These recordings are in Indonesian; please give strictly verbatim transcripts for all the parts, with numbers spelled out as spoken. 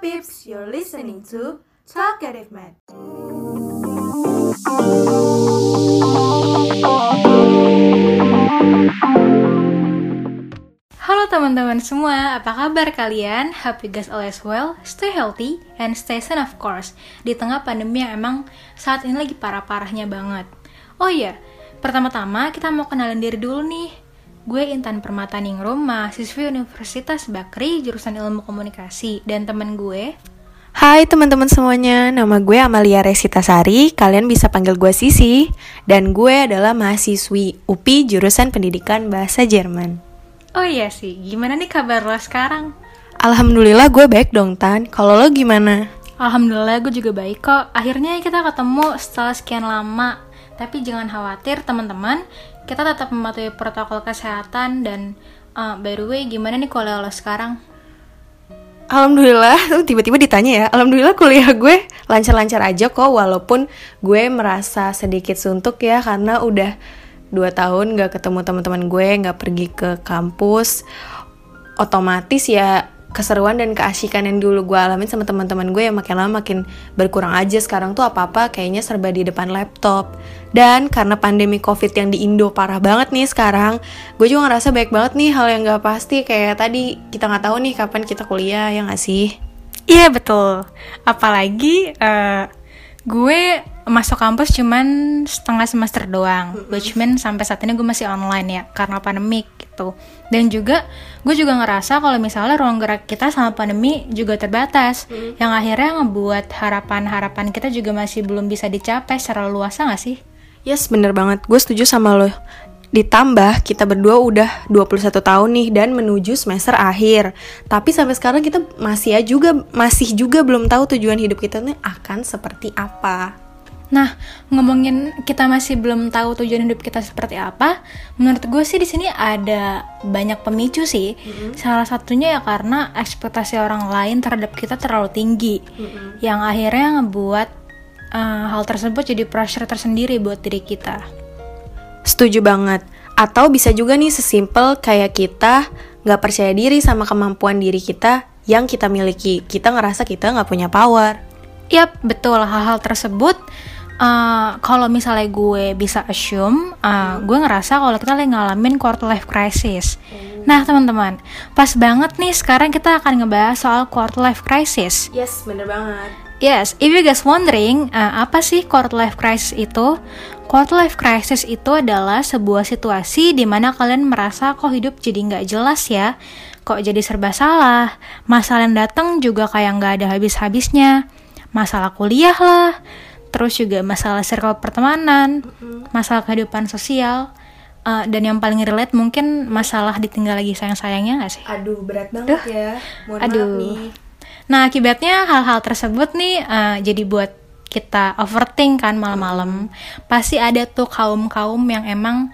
peeps? You're listening to Talkative Med. Halo teman-teman semua, apa kabar kalian? Hope you guys always well, stay healthy, and stay sane of course. Di tengah pandemi yang emang saat ini lagi parah-parahnya banget. Oh iya, pertama-tama kita mau kenalin diri dulu nih. Gue Intan Permataningrum, mahasiswi Universitas Bakri, jurusan Ilmu Komunikasi. Dan teman gue... Hai teman-teman semuanya, nama gue Amalia Resitasari, kalian bisa panggil gue Sisi. Dan gue adalah mahasiswi U P I, jurusan Pendidikan Bahasa Jerman. Oh iya sih, gimana nih kabar lo sekarang? Alhamdulillah gue baik dong Tan, kalau lo gimana? Alhamdulillah gue juga baik kok. Akhirnya kita ketemu setelah sekian lama. Tapi jangan khawatir teman-teman, kita tetap mematuhi protokol kesehatan. Dan uh, by the way, gimana nih kuliah lo sekarang? Alhamdulillah, tiba-tiba ditanya ya. Alhamdulillah kuliah gue lancar-lancar aja kok, walaupun gue merasa sedikit suntuk ya, karena udah dua tahun gak ketemu teman-teman gue, gak pergi ke kampus. Otomatis ya keseruan dan keasikan yang dulu gue alamin sama teman-teman gue yang makin lama makin berkurang aja. Sekarang tuh apa-apa kayaknya serba di depan laptop. Dan karena pandemi covid yang di Indo parah banget nih sekarang, gue juga ngerasa baik banget nih hal yang gak pasti. Kayak tadi kita gak tahu nih kapan kita kuliah, ya gak sih? Iya betul. Apalagi uh, gue masuk kampus cuman setengah semester doang, mm-hmm. which mean sampai saat ini gue masih online ya karena pandemi gitu. Dan juga gue juga ngerasa kalau misalnya ruang gerak kita sama pandemi juga terbatas, mm-hmm. yang akhirnya ngebuat harapan-harapan kita juga masih belum bisa dicapai secara luasa gak sih? Yes, bener banget, gue setuju sama lo. Ditambah kita berdua udah dua puluh satu tahun nih dan menuju semester akhir. Tapi sampai sekarang kita masih ya juga masih juga belum tahu tujuan hidup kita nih akan seperti apa. Nah, ngomongin kita masih belum tahu tujuan hidup kita seperti apa, menurut gue sih di sini ada banyak pemicu sih. Mm-hmm. Salah satunya ya karena ekspektasi orang lain terhadap kita terlalu tinggi, mm-hmm. yang akhirnya ngebuat uh, hal tersebut jadi pressure tersendiri buat diri kita. Setuju banget. Atau bisa juga nih sesimpel kayak kita gak percaya diri sama kemampuan diri kita yang kita miliki. Kita ngerasa kita gak punya power. Yap, betul. Hal-hal tersebut Uh, kalau misalnya gue bisa assume, uh, gue ngerasa kalau kita lagi ngalamin quarter life crisis. Mm. Nah teman-teman, pas banget nih sekarang kita akan ngebahas soal quarter life crisis. Yes, bener banget. Yes, if you guys wondering, uh, apa sih quarter life crisis itu? Quarter life crisis itu adalah sebuah situasi di mana kalian merasa kok hidup jadi nggak jelas ya, kok jadi serba salah, masalah yang datang juga kayak nggak ada habis-habisnya, masalah kuliah lah, terus juga masalah circle pertemanan, mm-hmm. masalah kehidupan sosial, uh, dan yang paling relate mungkin masalah ditinggal lagi sayang-sayangnya gak sih? Aduh, berat banget Duh. ya. Mohon Aduh. maaf nih. Nah, akibatnya hal-hal tersebut nih uh, jadi buat kita overthink kan malam-malam. Mm-hmm. Pasti ada tuh kaum-kaum yang emang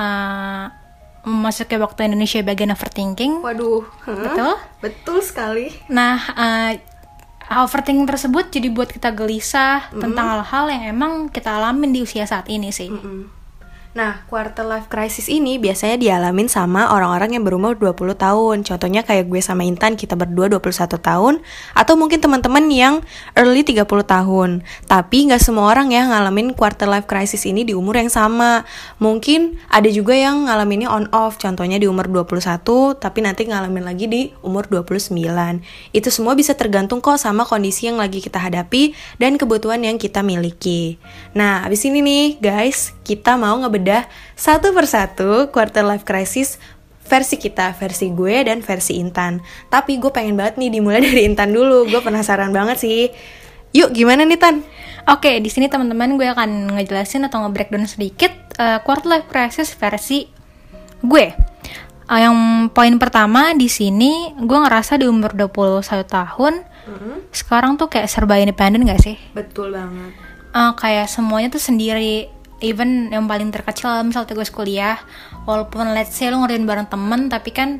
uh, memasuki waktu Indonesia bagian overthinking. Waduh. Huh? Betul? Betul sekali. Nah, uh, overthinking tersebut jadi buat kita gelisah mm-hmm. tentang hal-hal yang emang kita alamin di usia saat ini sih. Mm-hmm. Nah, quarter life crisis ini biasanya dialamin sama orang-orang yang berumur dua puluh tahun. Contohnya kayak gue sama Intan, kita berdua dua puluh satu tahun. Atau mungkin teman-teman yang early tiga puluh tahun. Tapi gak semua orang yang ngalamin quarter life crisis ini di umur yang sama. Mungkin ada juga yang ngalaminnya on off. Contohnya di umur dua puluh satu, tapi nanti ngalamin lagi di umur dua puluh sembilan. Itu semua bisa tergantung kok sama kondisi yang lagi kita hadapi dan kebutuhan yang kita miliki. Nah, abis ini nih guys, kita mau ngebedah satu persatu quarter life crisis versi kita, versi gue dan versi Intan. Tapi gue pengen banget nih dimulai dari Intan dulu. Gue penasaran banget sih. Yuk, gimana nih Tan? Oke, di sini teman-teman gue akan ngejelasin atau nge-breakdown sedikit uh, quarter life crisis versi gue. Uh, yang poin pertama di sini, gue ngerasa di umur dua puluh satu tahun, mm-hmm. sekarang tuh kayak serba independen gak sih? Betul banget. Uh, kayak semuanya tuh sendiri. Even yang paling terkecil misalnya tugas kuliah, walaupun let's say lo ngerjain bareng temen, tapi kan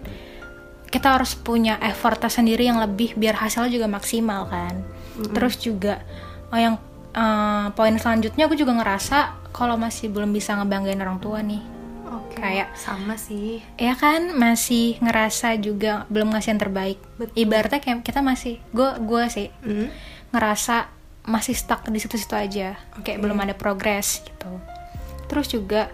kita harus punya effort sendiri yang lebih biar hasilnya juga maksimal kan. Mm-hmm. Terus juga oh, yang uh, poin selanjutnya aku juga ngerasa kalau masih belum bisa ngebanggain orang tua nih. Oke. kayak sama sih. ya kan masih ngerasa juga belum ngasih yang terbaik. Betul. Ibaratnya kayak kita masih gue gue sih Mm. ngerasa masih stuck di situ-situ aja, Okay. kayak belum ada progres gitu. Terus juga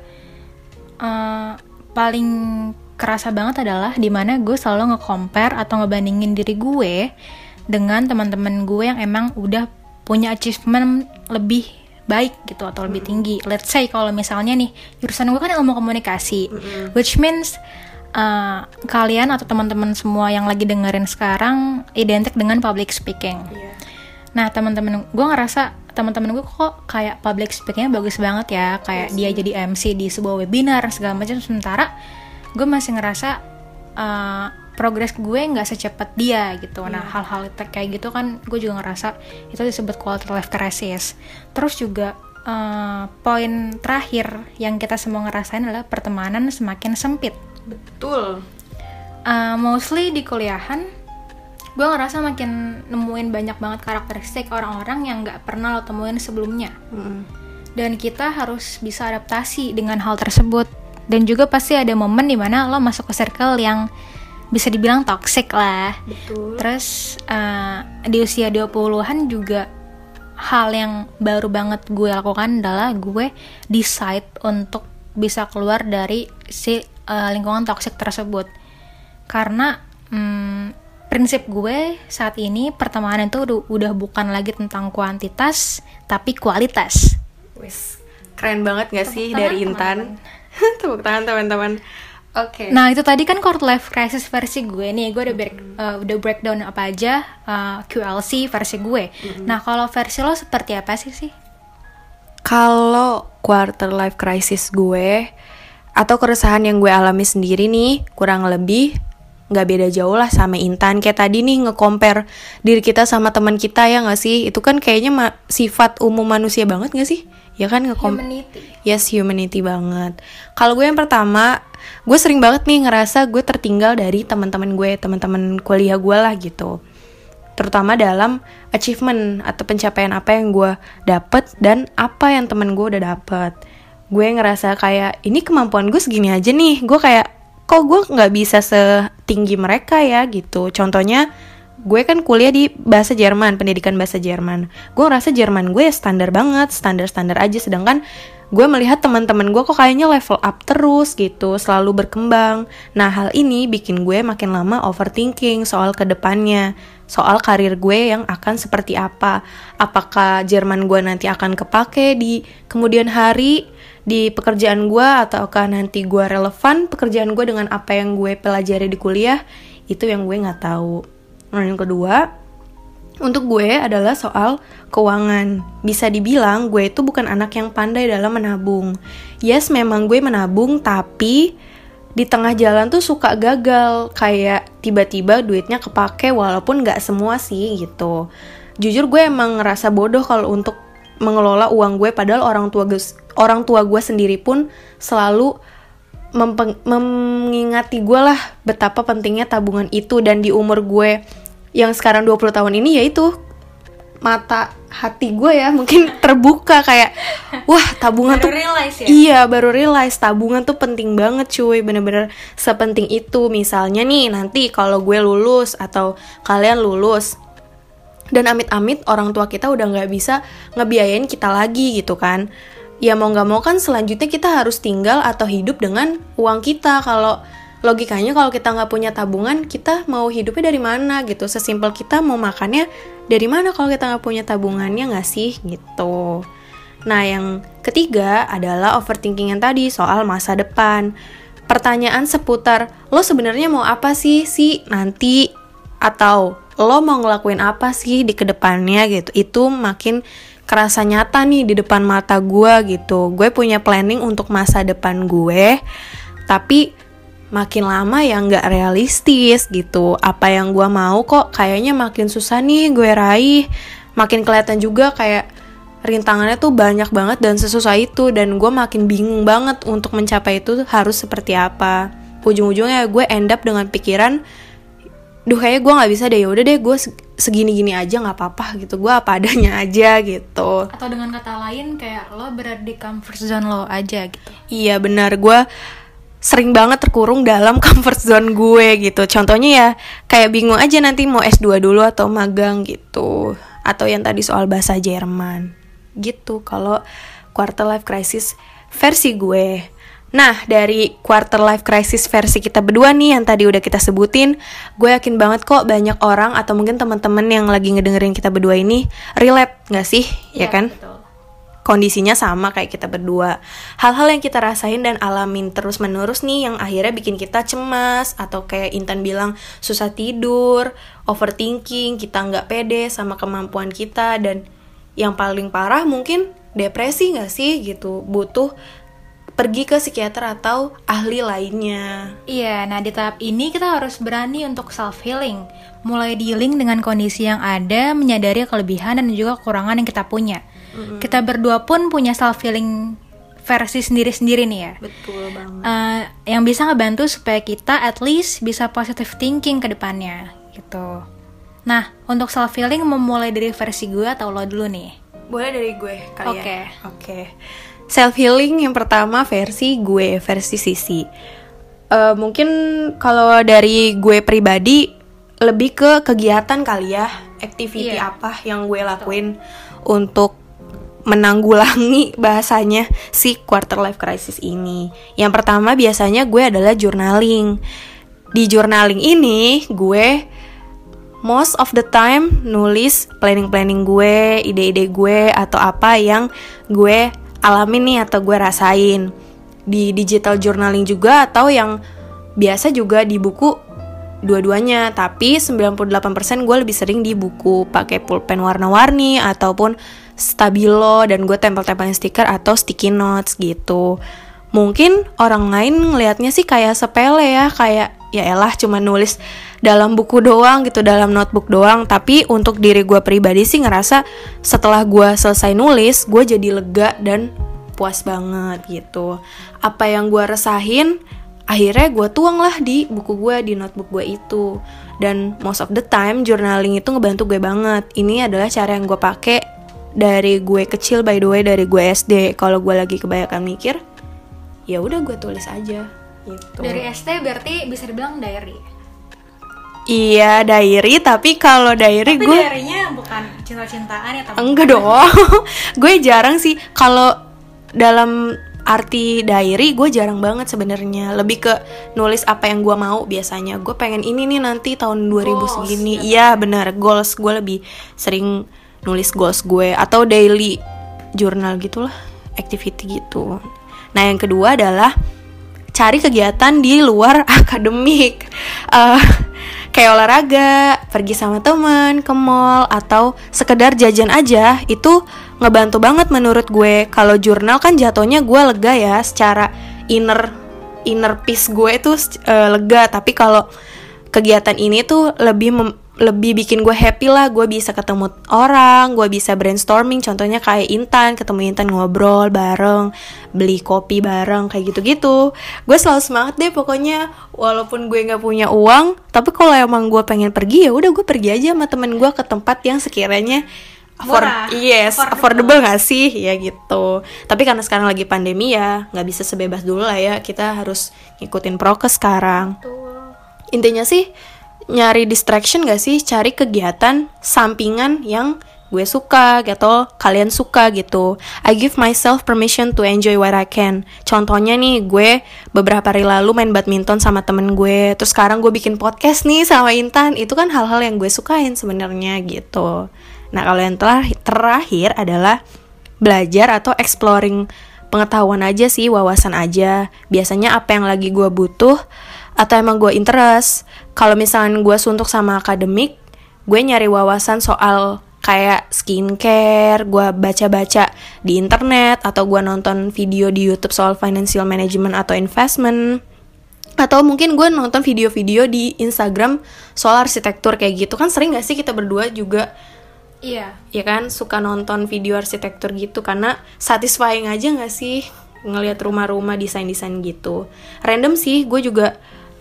uh, paling kerasa banget adalah dimana gue selalu nge-compare atau ngebandingin diri gue dengan teman-teman gue yang emang udah punya achievement lebih baik gitu atau lebih tinggi. Let's say kalau misalnya nih jurusan gue kan ilmu komunikasi, Mm-mm. which means uh, kalian atau teman-teman semua yang lagi dengerin sekarang identik dengan public speaking. Iya. Nah teman-teman gue ngerasa teman-teman gue kok kayak public speakingnya bagus banget ya, kayak Yes. dia jadi M C di sebuah webinar segala macam, sementara gue masih ngerasa uh, progres gue nggak secepat dia gitu. Nah Iya. hal-hal te- kayak gitu kan gue juga ngerasa itu disebut quarter life crisis. Terus juga uh, poin terakhir yang kita semua ngerasain adalah pertemanan semakin sempit. Betul. Uh, mostly di kuliahan gue ngerasa makin nemuin banyak banget karakteristik orang-orang yang nggak pernah lo temuin sebelumnya, Mm. dan kita harus bisa adaptasi dengan hal tersebut. Dan juga pasti ada momen dimana lo masuk ke circle yang bisa dibilang toxic lah. Betul. Terus uh, di usia dua puluhan juga hal yang baru banget gue lakukan adalah gue decide untuk bisa keluar dari si uh, lingkungan toxic tersebut. Karena hmm, prinsip gue saat ini pertemanan itu udah, udah bukan lagi tentang kuantitas tapi kualitas. Wis, keren banget gak sih Tepuk dari tangan, Intan? Tepuk tangan teman-teman. Oke. Nah itu tadi kan quarter life crisis versi gue nih, gue udah break, uh, udah breakdown apa aja uh, Q L C versi gue. Nah kalau versi lo seperti apa sih sih? Kalau quarter life crisis gue atau keresahan yang gue alami sendiri nih, kurang lebih nggak beda jauh lah sama Intan. Kayak tadi nih nge-compare diri kita sama teman kita, ya nggak sih? Itu kan kayaknya ma- sifat umum manusia banget nggak sih? Ya kan nge-compare. Humanity. Yes, humanity banget. Kalau gue yang pertama, gue sering banget nih ngerasa gue tertinggal dari teman-teman gue, teman-teman kuliah gue lah gitu. Terutama dalam achievement atau pencapaian apa yang gue dapet dan apa yang temen gue udah dapet. Gue ngerasa kayak ini kemampuan gue segini aja nih. Gue kayak kok gue nggak bisa setinggi mereka ya gitu. Contohnya gue kan kuliah di bahasa Jerman, pendidikan bahasa Jerman. Gue ngerasa Jerman gue ya standar banget, standar-standar aja. Sedangkan gue melihat teman-teman gue kok kayaknya level up terus gitu, selalu berkembang. Nah hal ini bikin gue makin lama overthinking soal kedepannya, soal karir gue yang akan seperti apa. Apakah Jerman gue nanti akan kepake di kemudian hari di pekerjaan gue, ataukah nanti gue relevan pekerjaan gue dengan apa yang gue pelajari di kuliah. Itu yang gue gak tahu. Nah yang kedua, untuk gue adalah soal keuangan. Bisa dibilang gue itu bukan anak yang pandai dalam menabung. Yes, memang gue menabung, tapi di tengah jalan tuh suka gagal. Kayak tiba-tiba duitnya kepake walaupun gak semua sih gitu. Jujur gue emang ngerasa bodoh kalau untuk mengelola uang gue, padahal orang tua gue, orang tua gue sendiri pun selalu mempeng, mengingati gue lah betapa pentingnya tabungan itu. Dan di umur gue yang sekarang dua puluh tahun ini, yaitu mata hati gue ya mungkin terbuka kayak wah tabungan Baru tuh realize ya? Iya baru realize tabungan tuh penting banget cuy, bener-bener sepenting itu. Misalnya nih nanti kalau gue lulus atau kalian lulus dan amit-amit orang tua kita udah nggak bisa ngebiayain kita lagi gitu kan, ya mau nggak mau kan selanjutnya kita harus tinggal atau hidup dengan uang kita. Kalau logikanya kalau kita nggak punya tabungan, kita mau hidupnya dari mana gitu. Sesimpel kita mau makannya dari mana kalau kita nggak punya tabungannya, nggak sih gitu. Nah yang ketiga adalah overthinking yang tadi soal masa depan. Pertanyaan seputar lo sebenarnya mau apa sih sih nanti, atau lo mau ngelakuin apa sih di kedepannya gitu. Itu makin kerasa nyata nih di depan mata gue gitu. Gue punya planning untuk masa depan gue, tapi makin lama ya nggak realistis gitu. Apa yang gue mau kok kayaknya makin susah nih gue raih. Makin kelihatan juga kayak rintangannya tuh banyak banget dan sesusah itu. Dan gue makin bingung banget untuk mencapai itu harus seperti apa. Ujung-ujungnya gue end up dengan pikiran, duh kayaknya gue nggak bisa deh, yaudah deh gue segini-gini aja nggak apa-apa gitu. Gue apa adanya aja gitu. Atau dengan kata lain kayak lo berada di comfort zone lo aja gitu. Iya benar, gue sering banget terkurung dalam comfort zone gue gitu. Contohnya ya kayak bingung aja nanti mau S dua dulu atau magang gitu. Atau yang tadi soal bahasa Jerman gitu kalau quarter life crisis versi gue. Nah, dari quarter life crisis versi kita berdua nih yang tadi udah kita sebutin, gue yakin banget kok banyak orang atau mungkin teman-teman yang lagi ngedengerin kita berdua ini relate gak sih? Ya, ya kan? Betul. Kondisinya sama kayak kita berdua. Hal-hal yang kita rasain dan alamin terus-menerus nih yang akhirnya bikin kita cemas atau kayak Intan bilang susah tidur, overthinking, kita nggak pede sama kemampuan kita, dan yang paling parah mungkin depresi gak sih gitu, butuh pergi ke psikiater atau ahli lainnya. Iya, nah di tahap ini kita harus berani untuk self-healing, mulai dealing dengan kondisi yang ada, menyadari kelebihan dan juga kekurangan yang kita punya. Mm-hmm. Kita berdua pun punya self-healing versi sendiri-sendiri nih ya. Betul banget. Uh, yang bisa ngebantu supaya kita at least bisa positive thinking ke depannya gitu. Nah, untuk self-healing memulai dari versi gue atau lo dulu nih? Boleh dari gue kali okay. ya. Oke. Oke. Self healing yang pertama versi gue, versi Sisi. Uh, mungkin kalau dari gue pribadi lebih ke kegiatan kali ya, activity yeah. apa yang gue lakuin Betul. Untuk menanggulangi bahasanya si quarter life crisis ini. Yang pertama biasanya gue adalah journaling. Di journaling ini gue most of the time nulis planning-planning gue, ide-ide gue atau apa yang gue alamin nih atau gue rasain. Di digital journaling juga atau yang biasa juga di buku, dua-duanya. Tapi sembilan puluh delapan persen gue lebih sering di buku, pakai pulpen warna-warni ataupun stabilo, dan gue tempel-tempelin stiker atau sticky notes gitu. Mungkin orang lain ngelihatnya sih kayak sepele ya, kayak ya elah cuma nulis dalam buku doang gitu, dalam notebook doang. Tapi untuk diri gue pribadi sih ngerasa setelah gue selesai nulis, gue jadi lega dan puas banget gitu. Apa yang gue resahin akhirnya gue tuang lah di buku gue, di notebook gue itu. Dan most of the time journaling itu ngebantu gue banget. Ini adalah cara yang gue pakai dari gue kecil, by the way, dari gue S D. Kalau gue lagi kebanyakan mikir, ya udah gue tulis aja gitu. Dari S D berarti bisa dibilang diary. Iya, diary, tapi kalau diary tapi gue diary-nya bukan cinta-cintaan ya, enggak dong. Gue jarang sih kalau dalam arti diary, gue jarang banget sebenarnya. Lebih ke nulis apa yang gue mau biasanya. Gue pengen ini nih nanti tahun dua ribu goals, segini. Iya, benar, goals. Gue lebih sering nulis goals gue atau daily journal gitulah, activity gitu. Nah, yang kedua adalah cari kegiatan di luar akademik. Uh, kayak olahraga, pergi sama teman, ke mall, atau sekedar jajan aja. Itu ngebantu banget menurut gue. Kalau jurnal kan jatuhnya gue lega ya, secara inner inner peace gue tuh uh, lega. Tapi kalau kegiatan ini tuh lebih mem- lebih bikin gue happy lah. Gue bisa ketemu orang, gue bisa brainstorming. Contohnya kayak Intan, ketemu Intan ngobrol bareng, beli kopi bareng, kayak gitu-gitu. Gue selalu semangat deh pokoknya. Walaupun gue gak punya uang, tapi kalau emang gue pengen pergi, ya udah gue pergi aja sama temen gue ke tempat yang sekiranya afford- murah, yes, affordable. affordable gak sih? Ya gitu. Tapi karena sekarang lagi pandemi ya, gak bisa sebebas dulu lah ya. Kita harus ngikutin prokes sekarang. Betul. Intinya sih nyari distraction gak sih, cari kegiatan sampingan yang gue suka gitu, kalian suka gitu. I give myself permission to enjoy what I can. Contohnya nih, gue beberapa hari lalu main badminton sama temen gue. Terus sekarang gue bikin podcast nih sama Intan. Itu kan hal-hal yang gue sukain sebenarnya gitu. Nah, kalau yang ter- terakhir adalah belajar atau exploring pengetahuan aja sih, wawasan aja. Biasanya apa yang lagi gue butuh atau emang gue interest. Kalau misalnya gue suntuk sama akademik, gue nyari wawasan soal kayak skincare, gue baca-baca di internet, atau gue nonton video di YouTube soal financial management atau investment, atau mungkin gue nonton video-video di Instagram soal arsitektur kayak gitu. Kan sering gak sih kita berdua juga, iya, ya kan, suka nonton video arsitektur gitu, karena satisfying aja gak sih ngelihat rumah-rumah desain-desain gitu. Random sih, gue juga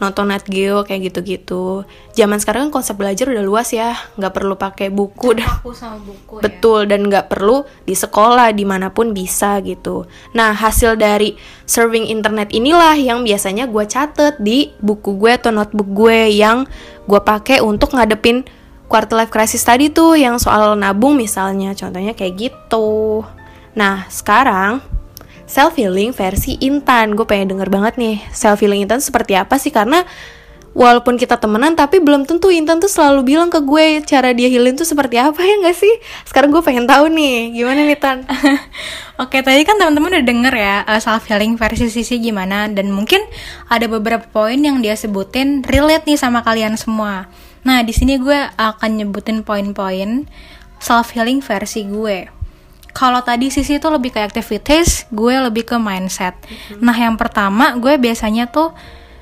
nonton Nat Geo kayak gitu-gitu. Zaman sekarang kan konsep belajar udah luas ya, nggak perlu pakai buku dan Aku sama buku ya. betul, dan nggak perlu di sekolah, dimanapun bisa gitu. Nah, hasil dari surfing internet inilah yang biasanya gue catet di buku gue atau notebook gue yang gue pakai untuk ngadepin quarter life crisis tadi tuh, yang soal nabung misalnya, contohnya kayak gitu. Nah, sekarang self healing versi Intan. Gue pengen denger banget nih, self healing Intan seperti apa sih? Karena walaupun kita temenan, tapi belum tentu Intan tuh selalu bilang ke gue cara dia healing tuh seperti apa, ya gak sih? Sekarang gue pengen tahu nih, gimana nih Tan? Oke, tadi kan teman-teman udah denger ya uh, self healing versi Sisi gimana, dan mungkin ada beberapa poin yang dia sebutin relate nih sama kalian semua. Nah, di sini gue akan nyebutin poin-poin self healing versi gue. Kalau tadi Sisi tuh lebih ke activities, gue lebih ke mindset. Mm-hmm. Nah, yang pertama gue biasanya tuh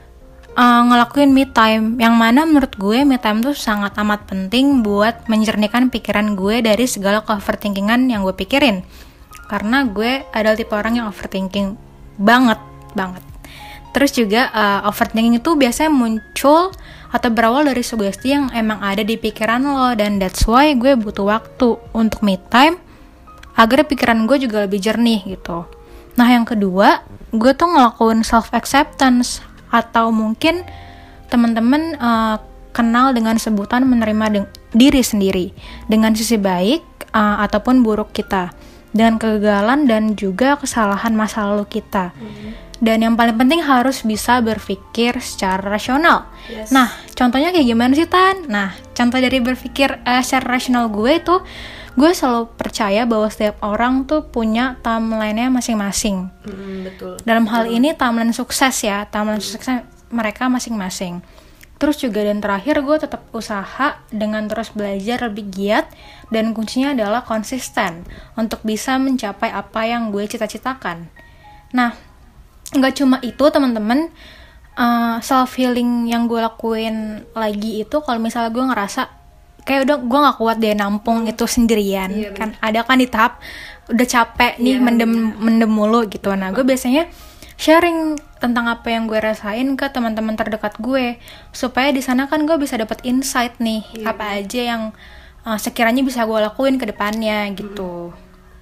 uh, ngelakuin me time, yang mana menurut gue me time tuh sangat amat penting buat menjernihkan pikiran gue dari segala overthinkingan yang gue pikirin. Karena gue adalah tipe orang yang overthinking banget, banget. Terus juga uh, overthinking itu biasanya muncul atau berawal dari sugesti yang emang ada di pikiran lo, dan that's why gue butuh waktu untuk me time agar pikiran gue juga lebih jernih gitu. Nah, yang kedua, gue tuh ngelakuin self acceptance, atau mungkin teman-teman uh, kenal dengan sebutan menerima de- diri sendiri dengan sisi baik uh, ataupun buruk kita, dengan kegagalan dan juga kesalahan masa lalu kita. Mm-hmm. Dan yang paling penting harus bisa berpikir secara rasional. Yes. Nah, contohnya kayak gimana sih, Tan? Nah, contoh dari berpikir uh, secara rasional gue itu, gue selalu percaya bahwa setiap orang tuh punya timeline-nya masing-masing. Mm, betul. Dalam hal betul. Ini timeline sukses ya, timeline mm. sukses mereka masing-masing. Terus juga dan terakhir, gue tetap usaha dengan terus belajar lebih giat, dan kuncinya adalah konsisten untuk bisa mencapai apa yang gue cita-citakan. Nah, nggak cuma itu teman-teman, uh, self healing yang gue lakuin lagi itu kalau misalnya gue ngerasa kayak udah gue nggak kuat deh nampung itu sendirian, iya, kan ada kan di tahap udah capek nih, iya, mendem iya. mendem mulu gitu. Nah, gue biasanya sharing tentang apa yang gue rasain ke teman-teman terdekat gue, supaya di sana kan gue bisa dapat insight nih, iya, apa iya. aja yang uh, sekiranya bisa gue lakuin ke depannya gitu.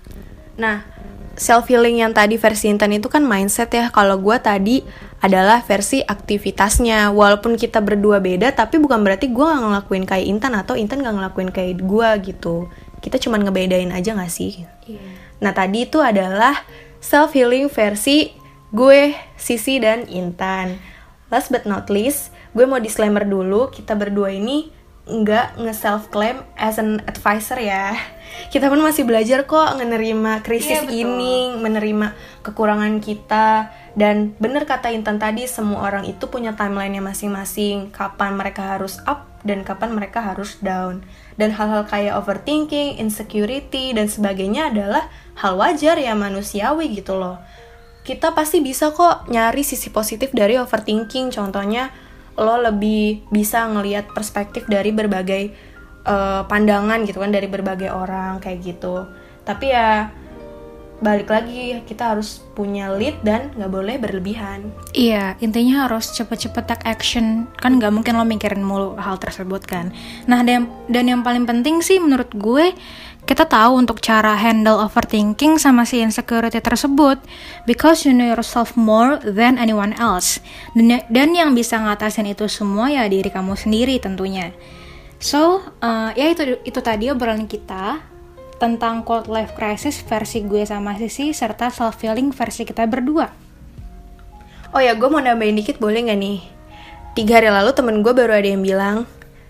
Nah, self healing yang tadi versi Intan itu kan mindset ya. Kalau gue tadi adalah versi aktivitasnya. Walaupun kita berdua beda, tapi bukan berarti gue gak ngelakuin kayak Intan atau Intan gak ngelakuin kayak gue gitu. Kita cuma ngebedain aja gak sih? Yeah. Nah, tadi itu adalah self healing versi gue, Sisi, dan Intan. Last but not least, gue mau disclaimer dulu, kita berdua ini nggak nge-self-claim as an advisor ya. Kita pun masih belajar kok menerima krisis yeah, ini, menerima kekurangan kita. Dan bener kata Intan tadi, semua orang itu punya timeline-nya masing-masing, kapan mereka harus up dan kapan mereka harus down. Dan hal-hal kayak overthinking, insecurity, dan sebagainya adalah hal wajar ya, manusiawi gitu loh. Kita pasti bisa kok nyari sisi positif dari overthinking. Contohnya, lo lebih bisa ngelihat perspektif dari berbagai uh, pandangan gitu kan, dari berbagai orang kayak gitu. Tapi ya balik lagi, kita harus punya lead dan nggak boleh berlebihan. Iya, intinya harus cepet-cepet take action. Kan nggak mungkin lo mikirin mulu hal tersebut kan. Nah, dan, dan yang paling penting sih menurut gue, kita tahu untuk cara handle overthinking sama si insecurity tersebut, because you know yourself more than anyone else. Dan, dan yang bisa ngatasin itu semua ya diri kamu sendiri tentunya. So, uh, ya itu itu tadi obrolan kita tentang quarter life crisis versi gue sama Sisi, serta self healing versi kita berdua. Oh ya, gue mau nambahin dikit boleh nggak nih? Tiga hari lalu temen gue baru ada yang bilang,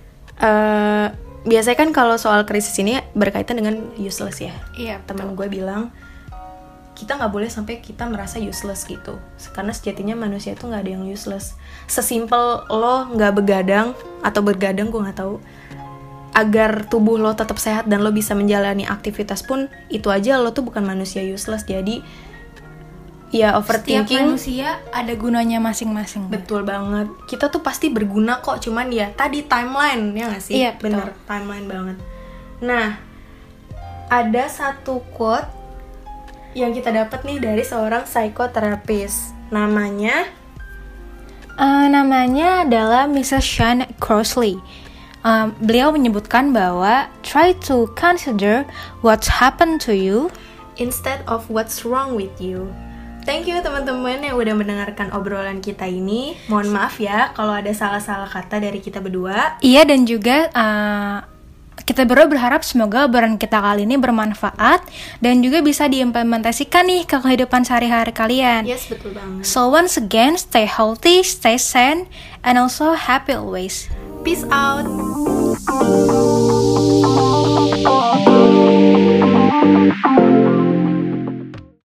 uh, biasanya kan kalau soal krisis ini berkaitan dengan useless ya. Iya, temen gue bilang, kita nggak boleh sampai kita merasa useless gitu, karena sejatinya manusia itu nggak ada yang useless. Sesimpel lo nggak begadang atau bergadang, gue nggak tahu, agar tubuh lo tetap sehat dan lo bisa menjalani aktivitas pun, itu aja lo tuh bukan manusia useless. Jadi ya overthinking, setiap manusia ada gunanya masing-masing. Betul banget, kita tuh pasti berguna kok, cuman ya tadi timeline, ya nggak sih? Iya, bener, timeline banget. Nah, ada satu quote yang kita dapat nih dari seorang psikoterapis, namanya Uh, namanya adalah missus Sean Crossley. Um, beliau menyebutkan bahwa try to consider what's happened to you instead of what's wrong with you. Thank you teman-teman yang udah mendengarkan obrolan kita ini. Mohon maaf ya kalau ada salah-salah kata dari kita berdua. Iya, dan juga uh, kita berdua berharap semoga obrolan kita kali ini bermanfaat dan juga bisa diimplementasikan nih ke kehidupan sehari-hari kalian. Yes, betul banget. So once again, stay healthy, stay sane, and also happy always. Peace out.